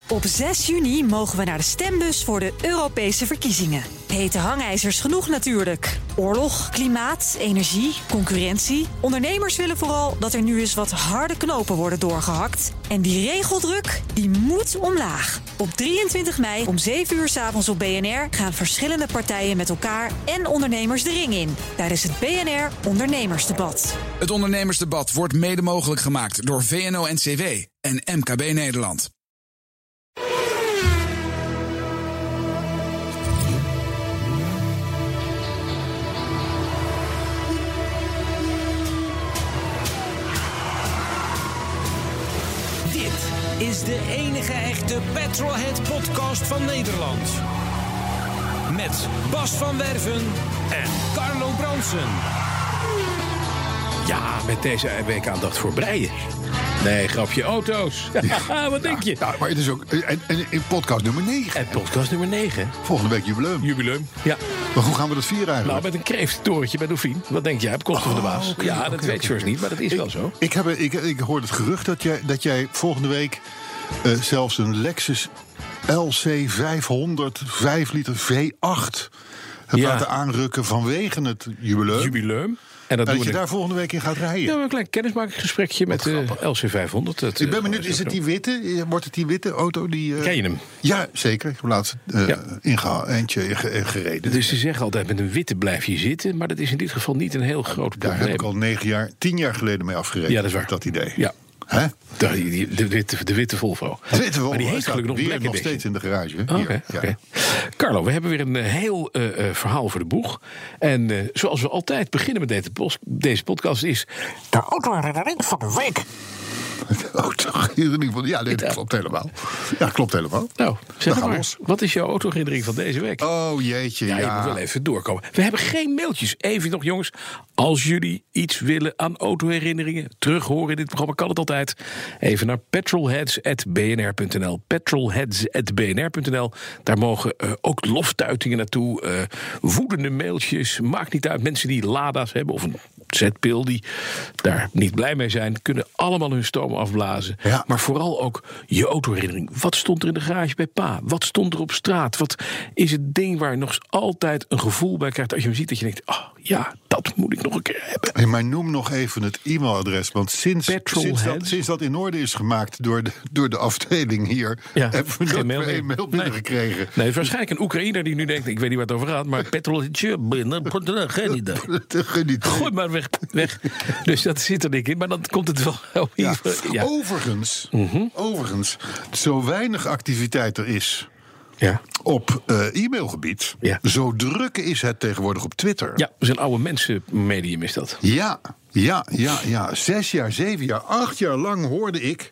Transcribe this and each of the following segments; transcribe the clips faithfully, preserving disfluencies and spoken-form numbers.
Op zes juni mogen we naar de stembus voor de Europese verkiezingen. Hete hangijzers genoeg natuurlijk. Oorlog, klimaat, energie, concurrentie. Ondernemers willen vooral dat er nu eens wat harde knopen worden doorgehakt. En die regeldruk, die moet omlaag. Op drieëntwintig mei om zeven uur 's avonds op B N R gaan verschillende partijen met elkaar en ondernemers de ring in. Tijdens het B N R Ondernemersdebat. Het Ondernemersdebat wordt mede mogelijk gemaakt door V N O N C W en M K B Nederland. Dit is de enige echte Petrolhead-podcast van Nederland. Met Bas van Werven en Carlo Bronsen. Ja, met deze week aandacht voor breien. Nee, grapje, auto's. Ja, wat denk je? Ja, maar het is ook en, en, in podcast nummer negen. En podcast nummer negen. Volgende week jubileum. Jubileum, ja. Maar hoe gaan we dat vieren eigenlijk? Nou, met een kreefttorentje bij Dauphine. Wat denk jij? Op kosten van de baas. Okay, ja, dat okay, weet okay. George niet, maar dat is ik, wel zo. Ik, heb, ik, ik hoor het gerucht dat jij, dat jij volgende week uh, zelfs een Lexus L C vijfhonderd vijf liter V acht hebt Ja. laten aanrukken vanwege het jubileum. Jubileum. En dat, En doen dat je we daar volgende week in gaat rijden. Ja, een klein kennismakingsgesprekje met de L C vijfhonderd. Het, Ik ben uh, benieuwd, is het die witte? Wordt het die witte auto? Die, uh... Ken je hem? Ja, zeker. Ik heb laatst uh, Ja. ingeha- eentje inge- gereden. Dus ze zeggen altijd met een witte blijf je zitten. Maar dat is in dit geval niet een heel groot Daar probleem. heb ik al negen jaar, tien jaar geleden mee afgereden. Ja, dat is waar. Dat idee. Ja. Hè? De, die- de, witte, de witte Volvo. De witte Volvo, Maar die hij heeft staat gelukkig nog weer Black nog Edition. steeds in de garage. Oké, Hier, oké. ja. Carlo, we hebben weer een uh, heel uh, uh, verhaal voor de boeg. En uh, zoals we altijd beginnen met deze, pos- deze podcast is... De autoherinnering van de week. De autoherinnering van... Ja, nee, dat klopt helemaal. Ja, klopt helemaal. Nou, We zeg gaan maar, los. wat is jouw autoherinnering van deze week? Oh, jeetje, Ja, ja. je moet wel even doorkomen. We hebben geen mailtjes. Even nog, jongens. Als jullie iets willen aan autoherinneringen, terug horen in dit programma, kan het altijd. Even naar petrolheads at b n r punt n l. petrolheads at b n r punt n l. Daar mogen uh, ook loftuitingen naartoe. Uh, woedende mailtjes. Maakt niet uit. Mensen die Lada's hebben of een zetpil die daar niet blij mee zijn, kunnen allemaal hun stoom afblazen. Ja. Maar vooral ook je autoherinnering. Wat stond er in de garage bij pa? Wat stond er op straat? Wat is het ding waar je nog altijd een gevoel bij krijgt als je hem ziet dat je denkt, oh ja, dat moet ik nog een keer hebben. Hey, maar noem nog even het e-mailadres. Want sinds, Petrolheads. sinds, dat, sinds dat in orde is gemaakt door de, door de afdeling hier, Ja, hebben we geen nooit mail meer meer. een mail Nee. binnengekregen. Nee, waarschijnlijk een Oekraïner die nu denkt, ik weet niet waar het over gaat, maar petrolheadje binnen, geen idee. Geniet. Gooi maar weg, weg. Dus dat zit er niet in, maar dan komt het wel. Oh, Ja. ja. Overigens, Mhm. overigens, zo weinig activiteit er is Ja. op uh, e-mailgebied, Ja. zo druk is het tegenwoordig op Twitter. Ja, we zijn oude mensenmedium is dat. Ja, ja, ja, ja. Zes jaar, zeven jaar, acht jaar lang hoorde ik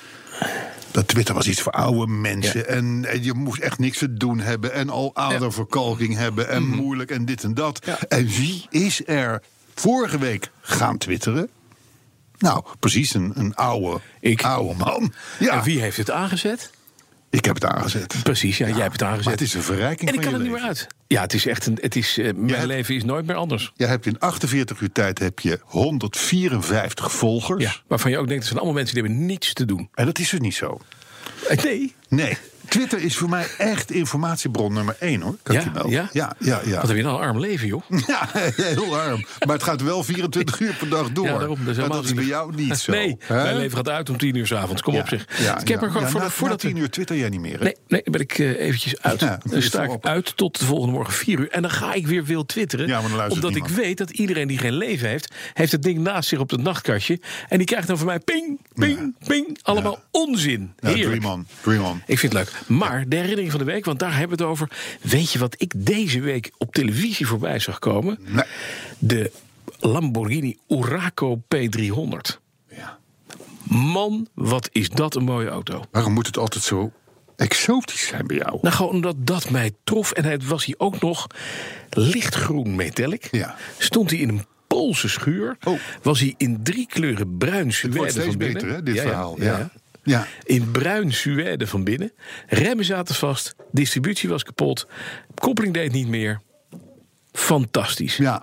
dat Twitter was iets voor oude mensen. Ja. En, en je moest echt niks te doen hebben. En al aderverkalking hebben. En Mhm. moeilijk en dit en dat. Ja. En wie is er vorige week gaan twitteren? Nou, precies een, een oude, Ik. oude man. Ja, En wie heeft het aangezet? ik heb het aangezet. Precies, ja, jij hebt het aangezet. Maar het is een verrijking en ik van kan je er niet meer leven. uit. Ja, het is echt een. Het is, uh, mijn hebt- leven is nooit meer anders. Jij hebt in achtenveertig uur tijd heb je honderdvierenvijftig volgers. Ja, waarvan je ook denkt, het zijn allemaal mensen die hebben niets te doen. En dat is dus niet zo. Eh, Nee. Nee. Twitter is voor mij echt informatiebron nummer één, hoor. Kan ik Ja, je melden. ja? Ja, ja, ja. Wat heb je nou een arm leven, joh? Ja, heel arm. Maar het gaat wel vierentwintig uur per dag door. Ja, daarom, dat is en helemaal dat is bij niet- jou niet zo. Nee, hè? mijn leven gaat uit om tien uur 's avonds. Kom Ja, op zeg. Ja, ik heb ja. er gewoon Ja, voor, na, voordat na we- tien uur twitter jij niet meer, hè? Nee, nee, dan ben ik uh, eventjes uit. Ja, dan sta ik voorop. uit tot de volgende morgen vier uur. En dan ga ik weer wild twitteren. Ja, maar dan luistert omdat ik niemand. weet dat iedereen die geen leven heeft, heeft het ding naast zich op het nachtkastje. En die krijgt dan van mij ping, ping, ping. Allemaal onzin. Ja, Heerlijk. dream on, dream on. Ik vind het leuk. Maar de herinnering van de week, want daar hebben we het over. Weet je wat ik deze week op televisie voorbij zag komen? Nee. De Lamborghini Huracan P driehonderd. Ja. Man, wat is dat een mooie auto. Waarom moet het altijd zo exotisch zijn bij jou? Nou, gewoon omdat dat mij trof. En het was hij ook nog lichtgroen metallic. Ja. Stond hij in een Poolse schuur. Oh. Was hij in drie kleuren bruin Het suède wordt steeds van binnen. beter, hè, dit Ja, ja, verhaal. ja, Ja. ja. Ja. In bruin suède van binnen. Remmen zaten vast. Distributie was kapot. Koppeling deed niet meer. Fantastisch. Ja,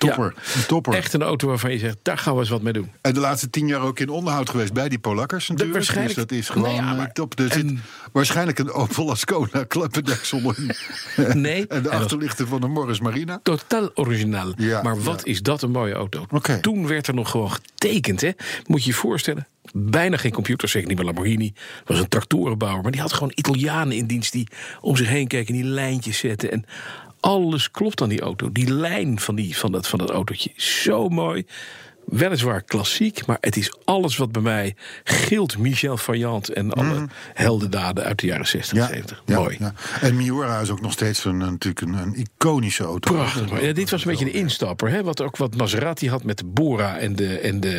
topper. Ja. Een topper. Echt een auto waarvan je zegt, daar gaan we eens wat mee doen. En de laatste tien jaar ook in onderhoud geweest bij die Polakkers natuurlijk. waarschijnlijk- Dus dat is gewoon Nou ja, maar- eh, top. Er zit en- waarschijnlijk een Opel Ascona klappendeksel in. Nee. En de En dat- achterlichten van een Morris Marina. Totaal originaal. Ja, maar wat ja. is dat een mooie auto. Oké. Toen werd er nog gewoon getekend. Hè? Moet je je voorstellen. Bijna geen computers, zeker niet bij Lamborghini. Was een tractorenbouwer. Maar die had gewoon Italianen in dienst die om zich heen keken en die lijntjes zetten. En alles klopt aan die auto. Die lijn van, die, van, dat, van dat autootje is zo mooi. Weliswaar klassiek, maar het is alles wat bij mij gilt Michel Vaillant en alle Mhm. heldendaden uit de jaren zestig, zeventig. Mooi. Ja. En Miura is ook nog steeds een, natuurlijk een, een iconische auto. Prachtig. Maar ja, dit was een beetje een instapper. Hè? Wat ook wat Maserati had met de Bora en, de, en de,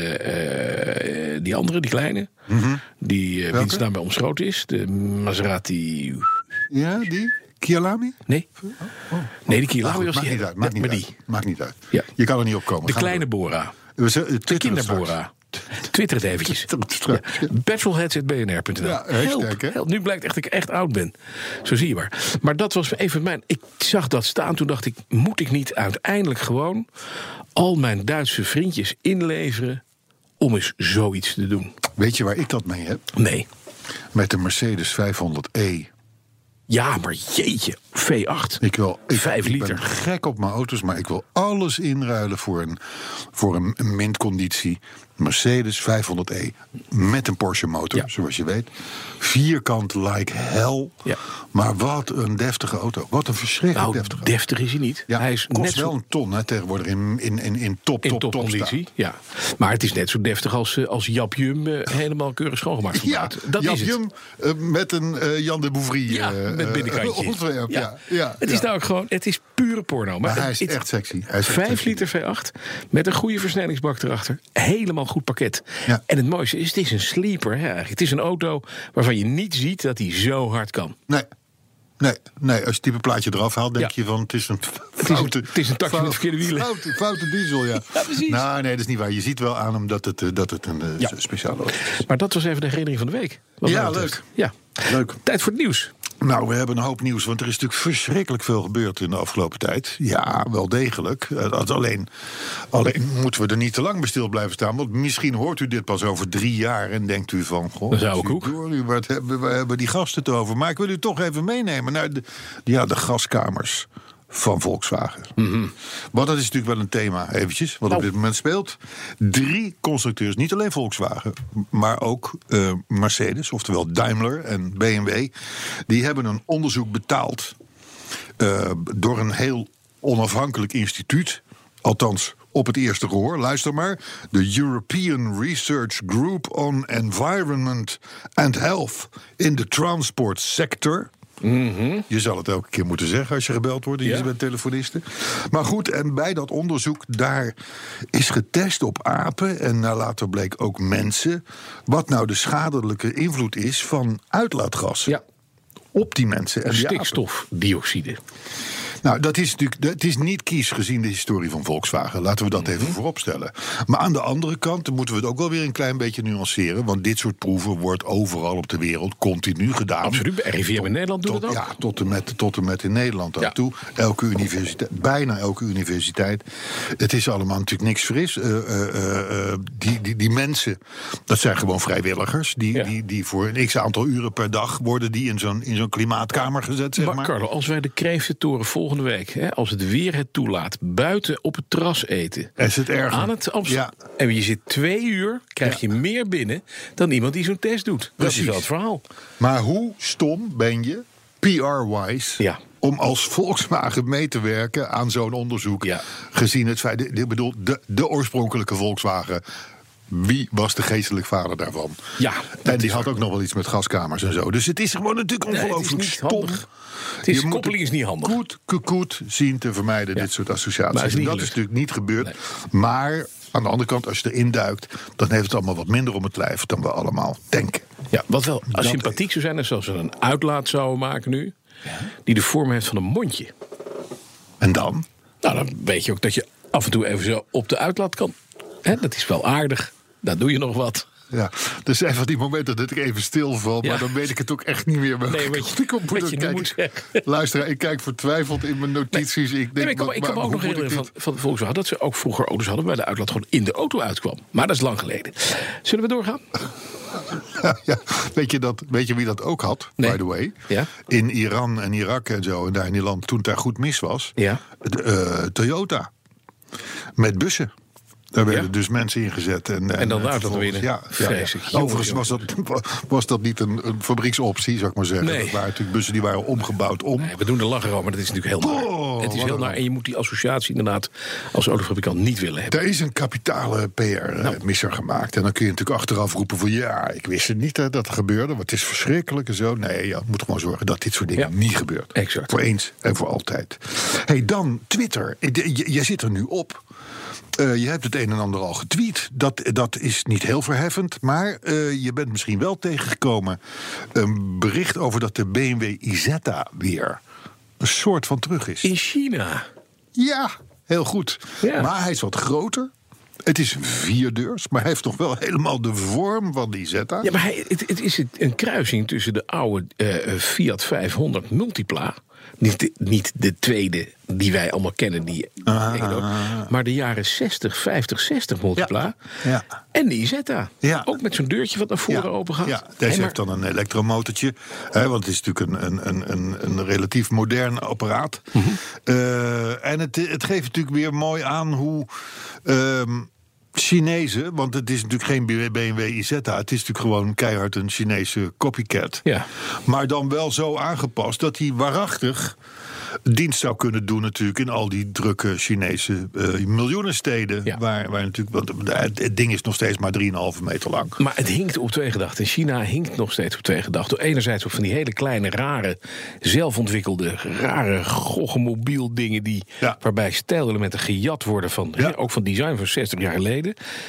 eh, die andere, die kleine. Mhm. Die uh, wiens naam bij omschoten is. De Maserati... Ja, die? Kialami? Nee. Nee, die Nou Kielami goed, was maakt die. niet uit. Maakt Ja, niet maar uit. die. Maakt niet uit. Ja. Je kan er niet op komen. De Gaan we kleine door. Bora. We z- eh, De twitteren straks. kinderbora. Twitter het eventjes. Twitteren straks, ja. petrolheads punt b n r punt n l. Ja, hashtag, help, hè? help. Nu blijkt echt dat ik echt oud ben. Zo zie je maar. Maar dat was even mijn... Ik zag dat staan, toen dacht ik... moet ik niet uiteindelijk gewoon... al mijn Duitse vriendjes inleveren... om eens zoiets te doen? Weet je waar ik dat mee heb? Nee. Met de Mercedes vijfhonderd e. Ja, maar jeetje. V acht. Ik wil ik, Vijf ik liter. ben gek op mijn auto's, maar ik wil alles inruilen voor een, voor een, een mintconditie. Mercedes vijfhonderd e met een Porsche motor, Ja. zoals je weet. Vierkant like hell. Ja. Maar wat een deftige auto. Wat een verschrikkelijk Nou, deftige auto. deftig is hij niet. Ja, Hij is kost net wel zo een ton hè, tegenwoordig in, in, in, in top, in top, top topconditie. staat. Ja. Maar het is net zo deftig als, eh, als Jap Jum eh, helemaal keurig schoongemaakt van Ja, buiten. Dat Jap is het. Jum, eh, met een eh, Jan de Bouvry Ja, eh, met eh, binnenkantje. ontwerp. Ja. Ja, ja, het is ja. nou ook gewoon, het is pure porno. Maar, Maar hij is het- echt sexy. Hij is echt Vijf sexy. liter V acht met een goede versnellingsbak erachter. Helemaal goed pakket. Ja. En het mooiste is, het is een sleeper. Hè, eigenlijk. Het is een auto waarvan je niet ziet dat hij zo hard kan. Nee. Nee, nee, als je het type plaatje eraf haalt, denk Ja. je van het is een een- foute... het is een taxi met verkeerde wielen. Foute, foute diesel, ja. Ja, precies. Nou, nee, dat is niet waar. Je ziet wel aan hem dat het, eh, dat het een eh, Ja. speciale auto is. Maar dat was even de herinnering van de week. wat Ja, mij betreft. leuk. Ja. Leuk. Tijd voor het nieuws. Nou, we hebben een hoop nieuws, want er is natuurlijk verschrikkelijk veel gebeurd in de afgelopen tijd. Ja, wel degelijk. Eh, dat alleen, alleen moeten we er niet te lang bij stil blijven staan, want misschien hoort u dit pas over drie jaar en denkt u van... Goh, Dat zou ik ook. verdorie, wat hebben, waar hebben die gasten het over? Maar ik wil u toch even meenemen naar de, ja, de gaskamers van Volkswagen. Mhm. Want dat is natuurlijk wel een thema, eventjes, wat op dit moment speelt. Drie constructeurs, niet alleen Volkswagen, maar ook eh, Mercedes, oftewel Daimler en B M W, die hebben een onderzoek betaald uh, door een heel onafhankelijk instituut. Althans, op het eerste gehoor. Luister maar. De European Research Group on Environment and Health in the Transport Sector. Mm-hmm. Je zal het elke keer moeten zeggen als je gebeld wordt. Je Ja. bent telefoniste. Maar goed, en bij dat onderzoek daar is getest op apen en nou later bleek ook mensen wat nou de schadelijke invloed is van uitlaatgassen Ja. op die mensen en die apen. Stikstofdioxide. Nou, dat is natuurlijk het is niet kies gezien de historie van Volkswagen. Laten we dat even vooropstellen. Maar aan de andere kant moeten we het ook wel weer een klein beetje nuanceren. Want dit soort proeven wordt overal op de wereld continu gedaan. Absoluut. R I V M in Nederland doet Tot, het ook. ja, tot en, met, tot en met in Nederland aan Ja. toe. Elke universiteit, bijna elke universiteit. Het is allemaal natuurlijk niks fris. Uh, uh, uh, die, die, die mensen, dat zijn gewoon vrijwilligers. Die, Ja. die, die voor een x-aantal uren per dag worden die in zo'n, in zo'n klimaatkamer gezet, zeg Maar maar. Carlo, als wij de Kreeftentoren volgende week, hè, als het weer het toelaat, buiten op het terras eten. Is het erger? Aan het Amsterdam. Ja. En je zit twee uur, krijg je meer binnen dan iemand die zo'n test doet. Dat Precies. is wel het verhaal. Maar hoe stom ben je, P R-wise, Ja. om als Volkswagen mee te werken aan zo'n onderzoek? Ja. Gezien het feit, ik bedoel, de, de oorspronkelijke Volkswagen. Wie was de geestelijk vader daarvan? Ja, en dat die is had waar. ook nog wel iets met gaskamers en zo. Dus het is gewoon natuurlijk Nee, het is ongelooflijk niet stom. handig. Het is, Je moet koppeling is niet handig. Goed, goed zien te vermijden, Ja. dit soort Maar associaties. het is En niet dat is gelukt. natuurlijk niet gebeurd. Nee. Maar aan de andere kant, als je erin duikt, dan heeft het allemaal wat minder om het lijf dan we allemaal denken. Ja, wat wel als Dat sympathiek zou zijn, is als we een uitlaat zouden maken nu, die de vorm heeft van een mondje. En dan? Nou, dan weet je ook dat je af en toe even zo op de uitlaat kan. Hè, dat is wel aardig. Daar doe je nog wat. Ja, er zijn van die momenten dat ik even stilval, maar Ja. dan weet ik het ook echt niet meer. Nee, wat je- ik op moet wat je nu kijken. moet zeggen. Luister, ik kijk vertwijfeld in mijn notities. Ik denk, Nee, maar ik kan, maar- ik kan me maar ook nog hoe moet herinneren ik van, van Volkswagen dat ze ook vroeger auto's hadden waar de uitlaat gewoon in de auto uitkwam. Maar dat is lang geleden. Zullen we doorgaan? dit- ja, weet, je dat, weet je wie dat ook had, Nee. by the way? Ja. In Iran en Irak en zo, en daar in die land, toen het daar goed mis was. Ja. De, eh, Toyota. Met bussen. Daar werden Ja. dus mensen ingezet. En, En dan de uitlaat vervolgens- winnen. Ja, ja, Vreselijk. ja. Overigens was dat, was dat niet een, een fabrieksoptie, zou ik maar zeggen. Nee. Dat waren natuurlijk bussen die waren omgebouwd om. Nee, we doen er lachen over, maar dat is natuurlijk heel naar. Oh, het is wat heel een naar ramp. en je moet die associatie inderdaad als autofabrikant niet willen hebben. Er is een kapitale P R-misser gemaakt. En dan kun je natuurlijk achteraf roepen van... ja, ik wist het niet hè, dat het gebeurde, want het is verschrikkelijk en zo. Nee, ja, je moet gewoon zorgen dat dit soort dingen Ja. niet gebeurt. Exact. Voor eens en voor altijd. Hey, dan Twitter. J- Jij zit er nu op. Uh, je hebt het een en ander al getweet. Dat, dat is niet heel verheffend. Maar uh, je bent misschien wel tegengekomen... een bericht over dat de B M W Isetta weer... een soort van terug is. In China. Ja, heel goed. Ja. Maar hij is wat groter. Het is vierdeurs, maar hij heeft nog wel helemaal de vorm van die Zeta. Ja, maar hij, het, het is een kruising tussen de oude uh, Fiat vijfhonderd Multipla. Niet de, niet de tweede die wij allemaal kennen, die Ah. maar de jaren zestig, vijftig, zestig Multipla. Ja. Ja. En de Isetta. Ja. Ook met zo'n deurtje wat naar voren Ja, open gaat. ja, deze Hey, maar- heeft dan een elektromotortje. Hè, want het is natuurlijk een, een, een, een relatief modern apparaat. Mhm. Uh, en het, het geeft natuurlijk weer mooi aan hoe... Uh, Chinezen, want het is natuurlijk geen B M W Isetta. Het is natuurlijk gewoon keihard een Chinese copycat. Ja. Maar dan wel zo aangepast dat hij waarachtig dienst zou kunnen doen natuurlijk in al die drukke Chinese uh, miljoenensteden. Ja. Waar, waar natuurlijk, want het, het ding is nog steeds maar drieënhalve meter lang. Maar het hinkt op twee gedachten. China hinkt nog steeds op twee gedachten. Enerzijds op van die hele kleine, rare, zelfontwikkelde, rare, goggemobiel dingen die, Ja. waarbij stijlelementen gejat worden van, Ja. hè, ook van design van zestig jaar geleden.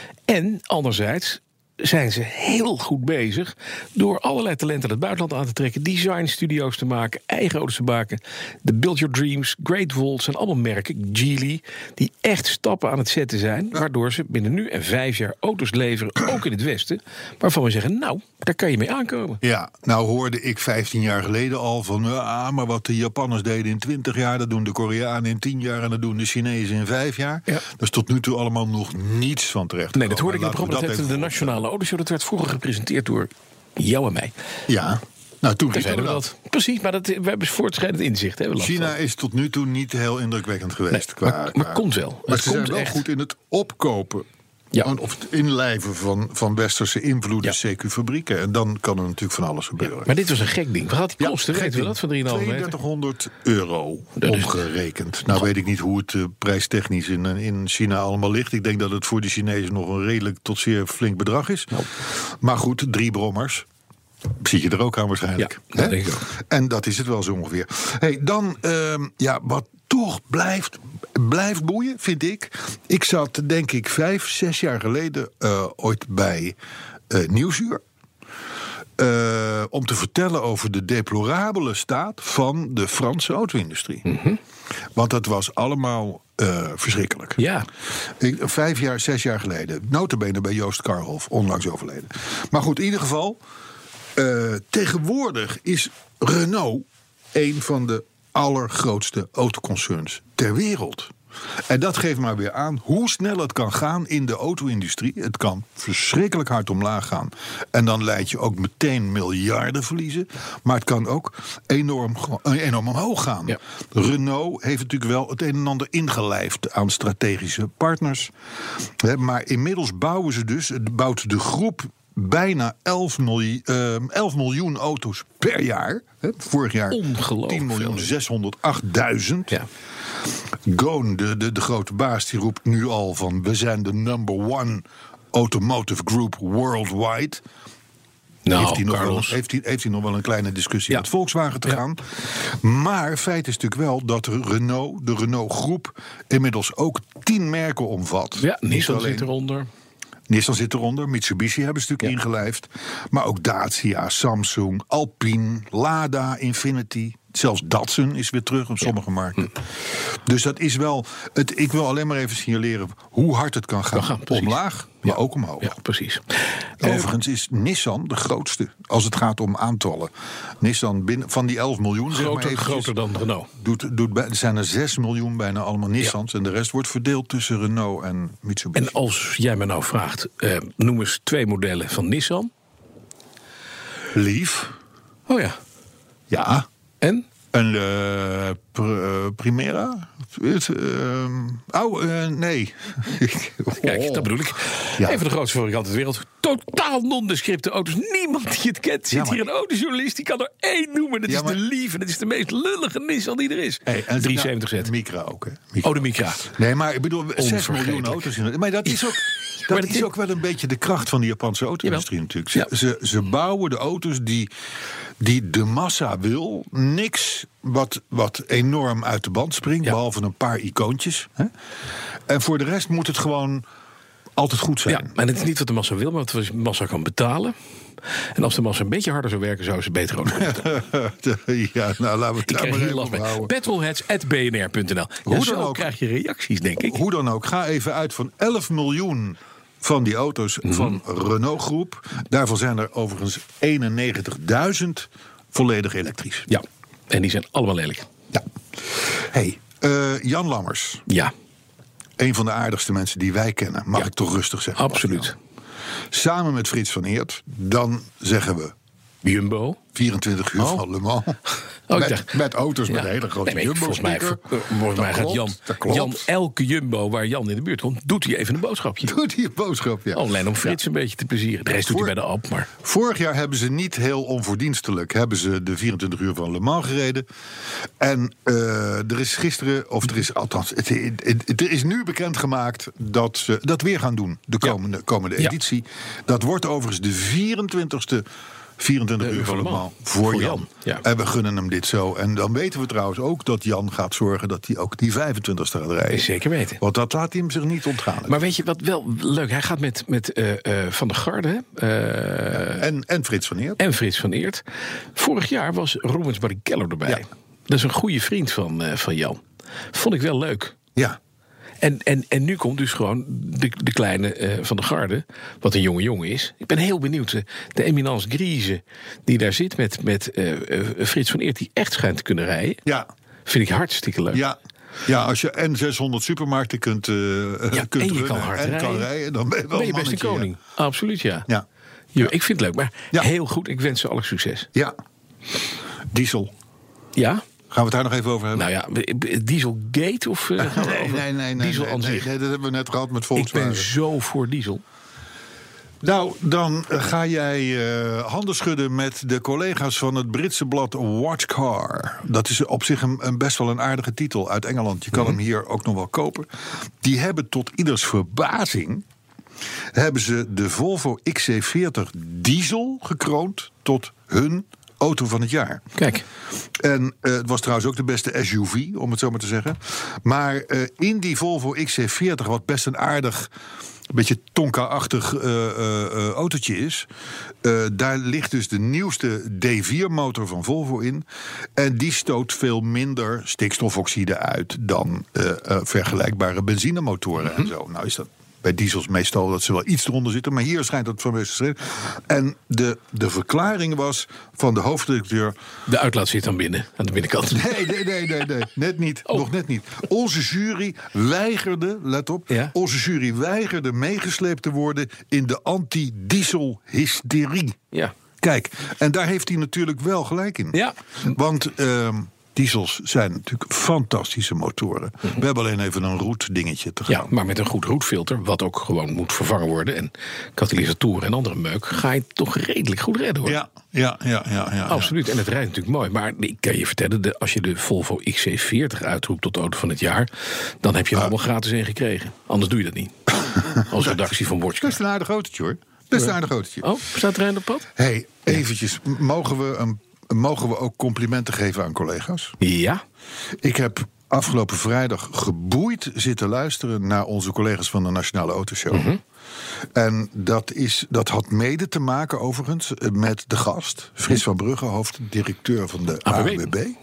En anderzijds zijn ze heel goed bezig door allerlei talenten uit het buitenland aan te trekken, designstudio's te maken, eigen auto's te maken. De Build Your Dreams, Great Wall zijn allemaal merken, Geely, die echt stappen aan het zetten zijn, waardoor ze binnen nu en vijf jaar auto's leveren, ook in het Westen, waarvan we zeggen, nou, daar kan je mee aankomen. Ja, nou hoorde ik vijftien jaar geleden al van... ja, maar wat de Japanners deden in twintig jaar... dat doen de Koreanen in tien jaar en dat doen de Chinezen in vijf jaar. Ja. Daar is tot nu toe allemaal nog niets van terecht. Nee, dat hoorde ik in het Laten we programma, dat dat de even Nationale Autoshow, dat werd vroeger gepresenteerd door jou en mij. Ja, nou toen Daar riepen zeiden we we dat. dat. Precies, maar dat, we hebben voortschrijdend inzicht. Hè, we last China van. is tot nu toe niet heel indrukwekkend geweest. Nee, qua, maar- maar qua- komt wel. Maar Het ze zijn komt wel echt. goed in het opkopen... Ja. Of het inlijven van, van westerse invloeden, Ja. C Q-fabrieken. En dan kan er natuurlijk van alles gebeuren. Maar dit was een gek ding. Wat had die Ja, kosten? gek Weten we ding. dat van drieënhalve meter? tweeëndertighonderd euro Dat is- omgerekend. Nou weet ik niet hoe het uh, prijstechnisch in, in China allemaal ligt. Ik denk dat het voor de Chinezen nog een redelijk tot zeer flink bedrag is. Nou. Maar goed, drie brommers. Zie je er ook aan waarschijnlijk. Ja, dat Hè? denk ik ook. En dat is het wel zo ongeveer. Hey, dan, uh, ja, wat toch blijft, blijft boeien, vind ik. Ik zat, denk ik, vijf, zes jaar geleden uh, ooit bij uh, Nieuwsuur. Uh, om te vertellen over de deplorabele staat van de Franse auto-industrie. Mm-hmm. Want dat was allemaal uh, verschrikkelijk. Ja. Ik, vijf jaar, zes jaar geleden. Nota bene bij Joost Karhoff, onlangs overleden. Maar goed, in ieder geval... Uh, tegenwoordig is Renault een van de allergrootste autoconcerns ter wereld. En dat geeft maar weer aan hoe snel het kan gaan in de auto-industrie. Het kan verschrikkelijk hard omlaag gaan. En dan leid je ook meteen miljarden verliezen. Maar het kan ook enorm, enorm omhoog gaan. Ja. Renault heeft natuurlijk wel het een en ander ingelijfd aan strategische partners. Maar inmiddels bouwen ze dus, bouwt de groep bijna elf miljoen, uh, elf miljoen auto's per jaar. Hè, vorig jaar tien miljoen zeshonderdachtduizend. Ja. Ghosn, de, de, de grote baas, die roept nu al van... we zijn de number one automotive group worldwide. Nou, heeft, hij nog wel, heeft, hij, heeft hij nog wel een kleine discussie ja. met Volkswagen te ja. gaan. Maar feit is natuurlijk wel dat Renault, de Renault groep... inmiddels ook tien merken omvat. Ja, Nissan zit eronder. Nissan zit eronder, Mitsubishi hebben ze natuurlijk ja. ingelijfd. Maar ook Dacia, Samsung, Alpine, Lada, Infiniti. Zelfs Datsun is weer terug op sommige ja. markten. Hm. Dus dat is wel... Het, ik wil alleen maar even signaleren hoe hard het kan gaan. gaan omlaag, maar ja. ook omhoog. Ja, precies. Overigens is Nissan de grootste als het gaat om aantallen. Nissan binnen, van die elf miljoen... Groter, zeg maar eventjes, groter dan Renault. Doet, doet, er zijn er zes miljoen bijna allemaal Nissans. Ja. En de rest wordt verdeeld tussen Renault en Mitsubishi. En als jij me nou vraagt, uh, noem eens twee modellen van Nissan. Leaf. Oh ja. Ja. En? Een uh, pr- uh, Primera? Uh, oh, uh, nee. Kijk, dat bedoel ik. Ja. Even de grootste fabrikant ter wereld. Totaal nondescripte auto's. Niemand die het kent. Zit ja, maar... hier een autojournalist, die kan er één noemen. Dat ja, is maar... de Leaf. En dat is de meest lullige Nissan die er is. Hey, en drieënzeventig Z. Micra ook, hè? Micra. Oh, de Micra. Nee, maar ik bedoel, zes miljoen auto's. In, maar dat is ook... Dat is ook wel een beetje de kracht van de Japanse auto-industrie natuurlijk. Ze, ja. ze, ze bouwen de auto's die, die de massa wil. Niks wat, wat enorm uit de band springt, ja. behalve een paar icoontjes. Hè? En voor de rest moet het gewoon altijd goed zijn. Ja, en het is niet wat de massa wil, maar wat de massa kan betalen. En als de massa een beetje harder zou werken, zou ze beter auto's hebben. Ja, nou laten we het daar maar even op houden. petrolheads at b n r punt n l. Hoe ja, dan ook krijg je reacties, denk ik. Hoe dan ook, ga even uit van elf miljoen... van die auto's mm-hmm. van Renault Groep. Daarvan zijn er overigens eenennegentigduizend volledig elektrisch. Ja, en die zijn allemaal lelijk. Ja. Hey, uh, Jan Lammers. Ja. Een van de aardigste mensen die wij kennen. Mag ja. ik toch rustig zeggen? Absoluut. Samen met Frits van Eert. Dan zeggen we... Jumbo. vierentwintig uur oh. van Le Mans. Oh, met, dacht, met auto's ja. met hele grote nee, Jumbo. Volgens mij, volgens mij gaat Jan, Jan elke Jumbo waar Jan in de buurt komt, doet hij even een boodschapje. Doet hij een boodschap, ja. Alleen om Frits ja. een beetje te plezieren. De rest Voor, doet hij bij de Alp. Maar. Vorig jaar hebben ze niet heel onverdienstelijk hebben ze de vierentwintig uur van Le Mans gereden. En uh, er is gisteren, of er is althans, het, het, het, er is nu bekendgemaakt dat ze dat weer gaan doen. De komende, ja. komende editie. Ja. Dat wordt overigens de vierentwintigste vierentwintig uur van Le Mans voor, voor Jan. Jan. Ja. En we gunnen hem dit zo. En dan weten we trouwens ook dat Jan gaat zorgen dat hij ook die vijfentwintigste gaat rijden. Zeker weten. Want dat laat hij hem zich niet ontgaan. Maar weet je wat wel leuk? Hij gaat met, met uh, uh, Van der Garde. Uh, ja, en, en Frits van Eert. En Frits van Eert. Vorig jaar was Rubens Barrichello erbij. Ja. Dat is een goede vriend van, uh, van Jan. Vond ik wel leuk. Ja. En, en, en nu komt dus gewoon de, de kleine uh, Van der Garde, wat een jonge jongen is. Ik ben heel benieuwd. De, de Eminence Grise die daar zit met, met uh, uh, Frits van Eert, die echt schijnt te kunnen rijden. Ja. Vind ik hartstikke leuk. Ja. Ja, als je en zeshonderd supermarkten kunt, uh, ja, kunt en je runnen kan hard en rijden. kan rijden, dan ben je wel ben je een best een koning. Ja. Absoluut, ja. ja. Jo, ik vind het leuk, maar ja. heel goed. Ik wens ze alle succes. Ja. Diesel. Ja? Gaan we het daar nog even over hebben? Nou ja, Dieselgate of uh, gaan we nee, over? nee, nee, nee, Diesel nee, aan nee, zich. nee, dat hebben we net gehad met Volkswagen. Ik ben zo voor diesel. Nou, dan ga jij uh, handen schudden met de collega's van het Britse blad Watch Car. Dat is op zich een, een best wel een aardige titel uit Engeland. Je kan mm-hmm. hem hier ook nog wel kopen. Die hebben tot ieders verbazing hebben ze de Volvo X C veertig diesel gekroond tot hun auto van het jaar. Kijk. En uh, het was trouwens ook de beste S U V, om het zo maar te zeggen. Maar uh, in die Volvo X C veertig, wat best een aardig, een beetje Tonka-achtig uh, uh, uh, autootje is, Uh, daar ligt dus de nieuwste D vier motor van Volvo in. En die stoot veel minder stikstofoxide uit dan uh, uh, vergelijkbare benzinemotoren mm-hmm. en zo. Nou is dat bij diesels meestal dat ze wel iets eronder zitten, maar hier schijnt dat van te zijn. En de, de verklaring was van de hoofddirecteur. De uitlaat zit dan binnen, aan de binnenkant. Nee, nee, nee, nee, nee. net niet. Oh. Nog net niet. Onze jury weigerde, let op, ja? onze jury weigerde meegesleept te worden in de anti-diesel-hysterie. Ja. Kijk, en daar heeft hij natuurlijk wel gelijk in. Ja. Want Uh, diesels zijn natuurlijk fantastische motoren. Mm-hmm. We hebben alleen even een roetdingetje te gaan. Ja, maar met een goed roetfilter, wat ook gewoon moet vervangen worden, en katalysatoren en andere meuk, ga je het toch redelijk goed redden, hoor. Ja, ja, ja, ja, ja. Absoluut, en het rijdt natuurlijk mooi. Maar ik kan je vertellen, de, als je de Volvo X C veertig uitroept tot auto van het jaar, dan heb je hem uh, allemaal gratis in gekregen. Anders doe je dat niet. Als redactie van Watch Car. Best een aardig autootje, hoor. Best een aardig autootje. Oh, staat er een op pad? Hé, hey, eventjes, mogen we een Mogen we ook complimenten geven aan collega's? Ja. Ik heb afgelopen vrijdag geboeid zitten luisteren naar onze collega's van de Nationale Autoshow. Mm-hmm. En dat, is, dat had mede te maken overigens met de gast, Frits van Brugge, hoofddirecteur van de A N W B.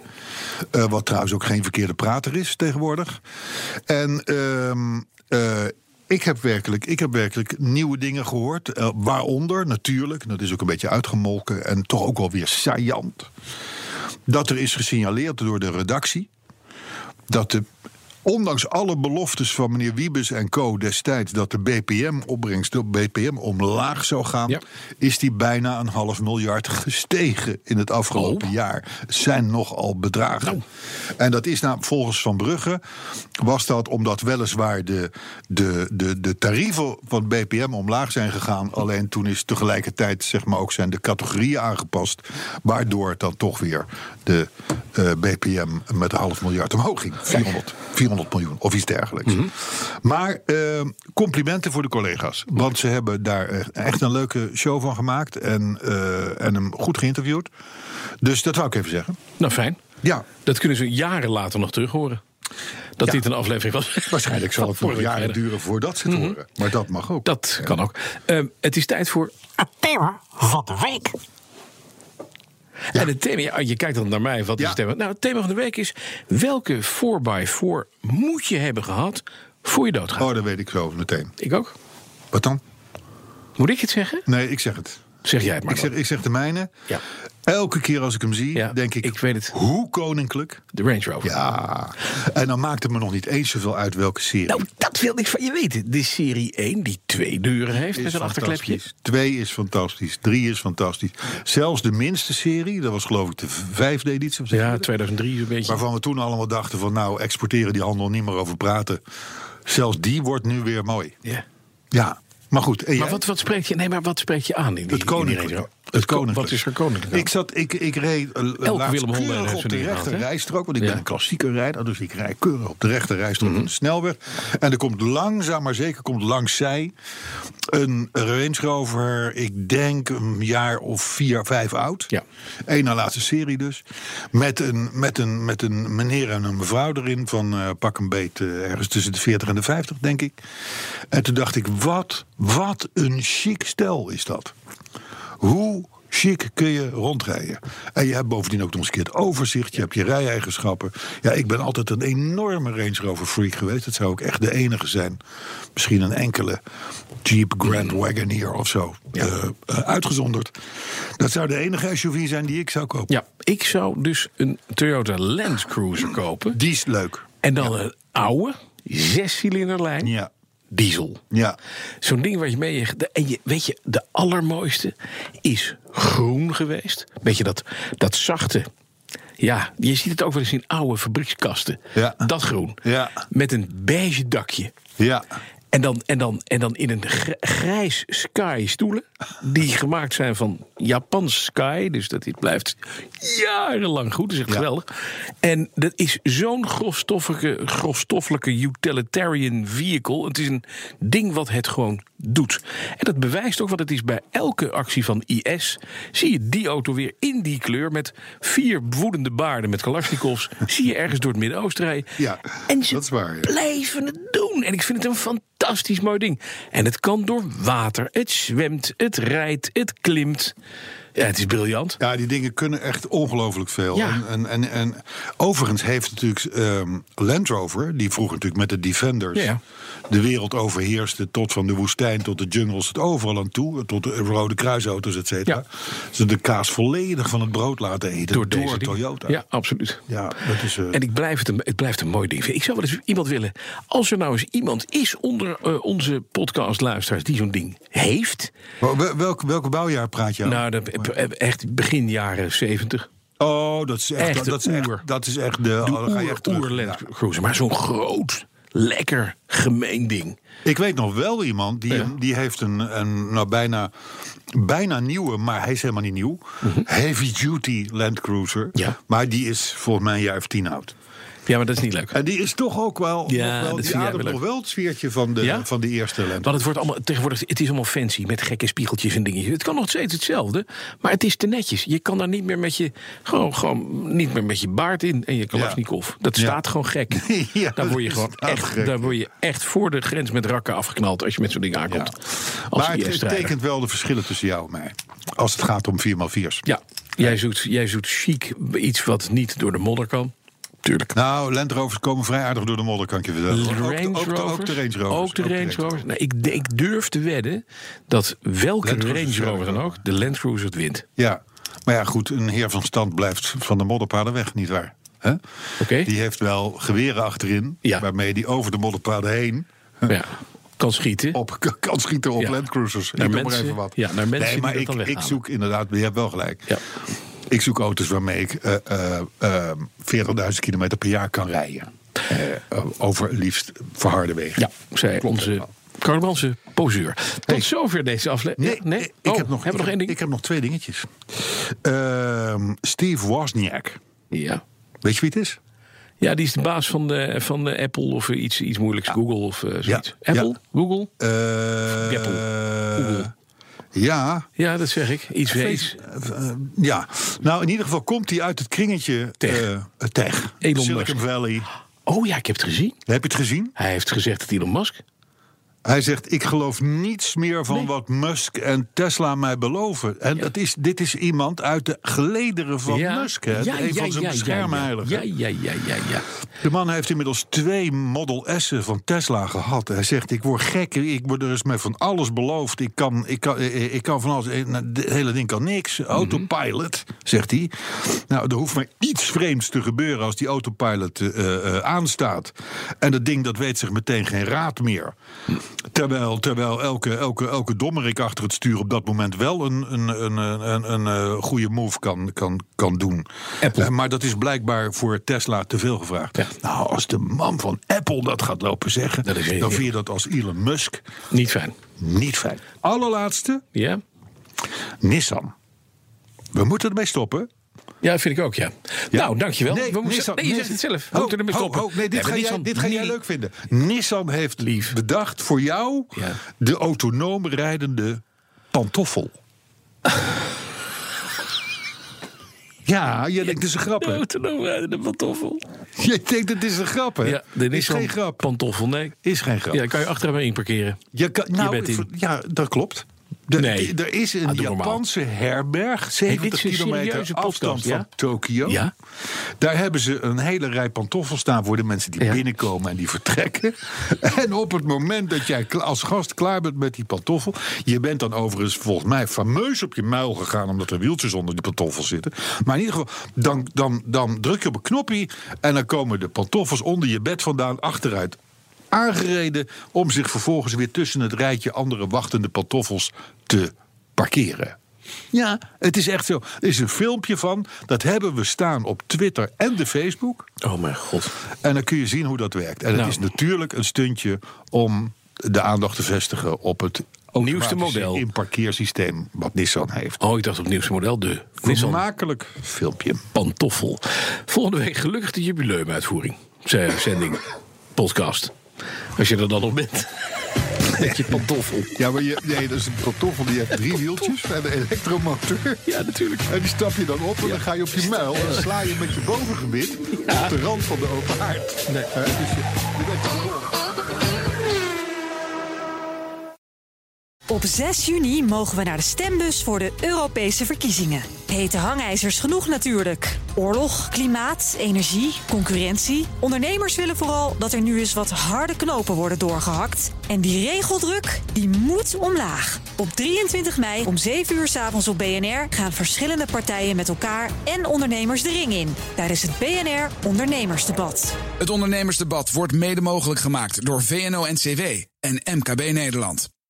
Uh, wat trouwens ook geen verkeerde prater is tegenwoordig. En uh, uh, ik, heb werkelijk, ik heb werkelijk nieuwe dingen gehoord. Uh, waaronder natuurlijk, dat is ook een beetje uitgemolken en toch ook wel weer saillant, dat er is gesignaleerd door de redactie dat de, ondanks alle beloftes van meneer Wiebes en co. destijds dat de B P M-opbrengst, de B P M omlaag zou gaan, ja. is die bijna een half miljard gestegen in het afgelopen oh. jaar. Zijn nogal bedragen. Nou. En dat is nou, volgens Van Brugge was dat omdat weliswaar de, de, de, de tarieven van B P M omlaag zijn gegaan. Alleen toen is tegelijkertijd zeg maar ook zijn de categorieën aangepast, waardoor dan toch weer de uh, B P M met een half miljard omhoog ging. vierhonderd, vierhonderd miljoen of iets dergelijks. Mm-hmm. Maar uh, complimenten voor de collega's. Want ze hebben daar echt een leuke show van gemaakt en, uh, en hem goed geïnterviewd. Dus dat wou ik even zeggen. Nou, fijn. Ja. Dat kunnen ze jaren later nog terug horen. Dat ja. dit een aflevering was. Waarschijnlijk zal het nog jaren duren voordat ze het mm-hmm. horen. Maar dat mag ook. Dat ja. kan ook. Uh, het is tijd voor het thema van de week. Ja. En het thema, ja, je kijkt dan naar mij, wat is ja. het thema? Nou, het thema van de week is: welke four by four moet je hebben gehad voor je doodgaat? Oh, dat weet ik zo meteen. Ik ook. Wat dan? Moet ik het zeggen? Nee, ik zeg het. Zeg jij het maar. Ik zeg, ik zeg de mijne. Ja. Elke keer als ik hem zie, ja, denk ik, ik weet het. Hoe koninklijk. De Range Rover. Ja. En dan maakt het me nog niet eens zoveel uit welke serie. Nou, dat wil ik van je weten. De serie één, die twee deuren heeft met een achterklepje. Twee is fantastisch. Drie is fantastisch. Zelfs de minste serie, dat was geloof ik de vijfde editie. Of ja, tweeduizend drie zo'n beetje. Waarvan we toen allemaal dachten van nou, exporteren die handel niet meer over praten. Zelfs die wordt nu weer mooi. Ja. Ja. Maar goed. Maar wat, wat spreek je? Nee, maar wat spreek je aan in die? Het koninklijk. Het koninklijk. Wat is er koninklijk? Ik zat, ik, ik reed uh, laatst keurig op de rechte rijstrook, want ik ja. ben een klassieke rijder, dus ik rijd keurig op de rechte rijstrook mm-hmm. van de snelweg. En er komt langzaam maar zeker komt langs zij een Range Rover, ik denk een jaar of vier, vijf oud. Ja. Eén na laatste serie dus. Met een, met een, met een meneer en een mevrouw erin van uh, pak een beet uh, ergens tussen de veertig en de vijftig, denk ik. En toen dacht ik, wat, wat een chic stel is dat. Hoe chic kun je rondrijden. En je hebt bovendien ook nog eens een keer het overzicht. Je hebt je rijeigenschappen. Ja, ik ben altijd een enorme Range Rover freak geweest. Dat zou ook echt de enige zijn. Misschien een enkele Jeep Grand Wagoneer of zo. Ja. Uh, uh, uitgezonderd. Dat zou de enige S U V zijn die ik zou kopen. Ja, ik zou dus een Toyota Land Cruiser kopen. Die is leuk. En dan ja. een oude, zescilinderlijn. Ja. Diesel. Ja. Zo'n ding waar je mee... En je, weet je, de allermooiste is groen geweest. Weet je, dat, dat zachte... Ja, je ziet het ook wel eens in oude fabriekskasten. Ja. Dat groen. Ja. Met een beige dakje. Ja. En dan, en, dan, en dan in een grijs Sky stoelen. Die gemaakt zijn van Japans Sky. Dus dat dit blijft jarenlang goed. Dat is echt ja. geweldig. En dat is zo'n grofstoffelijke, grofstoffelijke utilitarian vehicle. Het is een ding wat het gewoon doet. En dat bewijst ook wat het is bij elke actie van I S. Zie je die auto weer in die kleur met vier woedende baarden met Kalashnikovs. Zie je ergens door het Midden-Oosten rijden. Ja, en ze dat is waar, ja. blijven het doen. En ik vind het een fantastisch mooi ding. En het kan door water. Het zwemt, het rijdt, het klimt. Ja, het is briljant. Ja, die dingen kunnen echt ongelooflijk veel. Ja. En, en, en, en overigens heeft natuurlijk um, Land Rover, die vroeger natuurlijk met de Defenders ja. de wereld overheerste, tot van de woestijn tot de jungles, het overal aan toe, tot de Rode Kruisauto's, et cetera. Ja. Ze de kaas volledig van het brood laten eten door, door Toyota. Ja, absoluut. Ja, dat is, uh... En ik blijf het, een, het blijft een mooi ding. Ik zou wel eens iemand willen, als er nou eens iemand is onder uh, onze podcastluisteraars die zo'n ding heeft. Wel, welk, welk bouwjaar praat je aan? Nou, dat, echt begin jaren zeventig. Oh, dat is echt, echt dat, is echt, dat is echt de, de oh, ga je echt oer, oer Land Cruiser. Maar zo'n groot, lekker, gemeen ding. Ik weet nog wel iemand die, ja. die heeft een, een nou, bijna, bijna nieuwe, maar hij is helemaal niet nieuw. Mm-hmm. Heavy duty Land Cruiser. Ja. Maar die is volgens mij een jaar of tien oud. Ja, maar dat is niet leuk. En die is toch ook wel, ja, nog wel die ademt nog wel het sfeertje van de, ja? van de eerste Land. Want het wordt allemaal tegenwoordig, het is allemaal fancy met gekke spiegeltjes en dingetjes. Het kan nog steeds hetzelfde, maar het is te netjes. Je kan daar niet meer met je gewoon, gewoon niet meer met je baard in en je Kalashnikov. Ja. Dat staat ja. gewoon gek. Ja, daar word je gewoon echt, gek, daar word je echt voor de grens met rakken afgeknald als je met zo'n ding aankomt. Ja. Maar het, het tekent wel de verschillen tussen jou en mij. Als het gaat om vier bij vier. Ja. Jij zoekt, jij zoekt chic, iets wat niet door de modder kan. Tuurlijk. Nou, Land Rovers komen vrij aardig door de modder, kan ik je vertellen. Range ook, de, ook, de, ook de Range Rovers. Ook de Range Rovers. Nou, ik, ik durf te wedden dat welke Land Range Rovers Rover dan ook, de Land Cruiser het wint. Ja, maar ja, goed, een heer van stand blijft van de modderpaden weg, nietwaar? Hè? Okay. Die heeft wel geweren achterin, ja. waarmee die over de modderpaden heen... Ja. Kan schieten. Op, kan schieten op ja. Land Cruisers. Naar ik mensen, maar even wat. Ja, naar mensen nee, maar die ik, dat dan ik zoek inderdaad, je hebt wel gelijk. Ja. Ik zoek auto's waarmee ik uh, uh, uh, veertigduizend kilometer per jaar kan rijden. Uh, over liefst verharde wegen. Ja, zei onze Carlemanse poseur. Tot hey. zover deze aflevering. Nee, nee ik, oh, heb nog, heb ik, nog één ding? ik heb nog twee dingetjes. Uh, Steve Wozniak. Ja. Weet je wie het is? Ja, die is de baas van, de, van de Apple of iets, iets moeilijks. Ja. Google of uh, zoiets. Ja. Apple? Ja. Google? Uh, Apple. Google. Ja. Ja, dat zeg ik. Iets wees. Uh, ja. Nou, in ieder geval komt hij uit het kringetje Tech. Uh, Tech. Elon Silicon Musk. Valley. Oh ja, ik heb het gezien. Heb je het gezien? Hij heeft gezegd dat Elon Musk... Hij zegt, ik geloof niets meer van nee. wat Musk en Tesla mij beloven. En ja. dat is, dit is iemand uit de gelederen van ja. Musk. Hè? Ja, een ja, van zijn ja, beschermheiligen. Ja, ja, ja, ja, ja. De man heeft inmiddels twee Model S'en van Tesla gehad. Hij zegt, ik word gek, ik word er is me van alles beloofd. Ik kan, ik kan, ik kan van alles, het hele ding kan niks. Autopilot, mm-hmm. zegt hij. Nou, er hoeft maar iets vreemds te gebeuren als die autopilot uh, uh, aanstaat. En dat ding dat weet zich meteen geen raad meer. Terwijl, terwijl elke, elke, elke dommerik achter het stuur op dat moment wel een, een, een, een, een, een goede move kan, kan, kan doen. Uh, maar dat is blijkbaar voor Tesla te veel gevraagd. Ja. Nou, als de man van Apple dat gaat lopen zeggen, dan vind je dat als Elon Musk niet fijn. Niet fijn. Allerlaatste. Ja. Nissan. We moeten ermee stoppen. Ja, vind ik ook, ja. ja. Nou, dankjewel. Nee, we moeten, Nissan, nee je zegt het zelf. We ho, moeten ermee stoppen. Ho, ho, nee, dit, ga, Nissan, jij, dit ga jij nee. leuk vinden. Nissan heeft Lief. bedacht voor jou ja. de autonoom rijdende pantoffel. Ja, jij denkt het is een grap, hè? De autonoom rijdende pantoffel. Jij denkt het is een grap, hè? Ja, de is geen grap. Pantoffel, nee. Is geen grap. Ja, kan je achteraan mee inparkeren. Je kan, nou, je bent in. Ja, dat klopt. De, nee. Er is een ah, Japanse herberg, zeventig kilometer afstand ja? van Tokio. Ja? Daar hebben ze een hele rij pantoffels staan voor de mensen die ja. binnenkomen en die vertrekken. En op het moment dat jij als gast klaar bent met die pantoffel... je bent dan overigens volgens mij fameus op je muil gegaan... omdat er wieltjes onder die pantoffels zitten. Maar in ieder geval, dan, dan, dan druk je op een knopje... en dan komen de pantoffels onder je bed vandaan achteruit... aangereden om zich vervolgens weer tussen het rijtje andere wachtende pantoffels te parkeren. Ja, het is echt zo. Er is een filmpje van, dat hebben we staan op Twitter en de Facebook. Oh mijn god. En dan kun je zien hoe dat werkt. En het nou. is natuurlijk een stuntje om de aandacht te vestigen op het nieuwste model in parkeersysteem wat Nissan heeft. Oh, ik dacht op het nieuwste model, de vermakelijk filmpje. Pantoffel. Volgende week gelukkig de jubileumuitvoering. Zending, podcast. Als je er dan nog bent. Met je pantoffel. Ja, maar je, nee, dat is een pantoffel die heeft drie wieltjes en een elektromotor. Ja, natuurlijk. En die stap je dan op en ja. dan ga je op je muil. En dan sla je met je bovengebit ja. op de rand van de open haard. Nee. Uh, dus je, je bent dan Op zes juni mogen we naar de stembus voor de Europese verkiezingen. Hete hangijzers genoeg natuurlijk. Oorlog, klimaat, energie, concurrentie. Ondernemers willen vooral dat er nu eens wat harde knopen worden doorgehakt. En die regeldruk, die moet omlaag. Op drieëntwintig mei om zeven uur 's avonds op B N R... gaan verschillende partijen met elkaar en ondernemers de ring in. Tijdens het B N R Ondernemersdebat. Het Ondernemersdebat wordt mede mogelijk gemaakt door V N O N C W en M K B Nederland.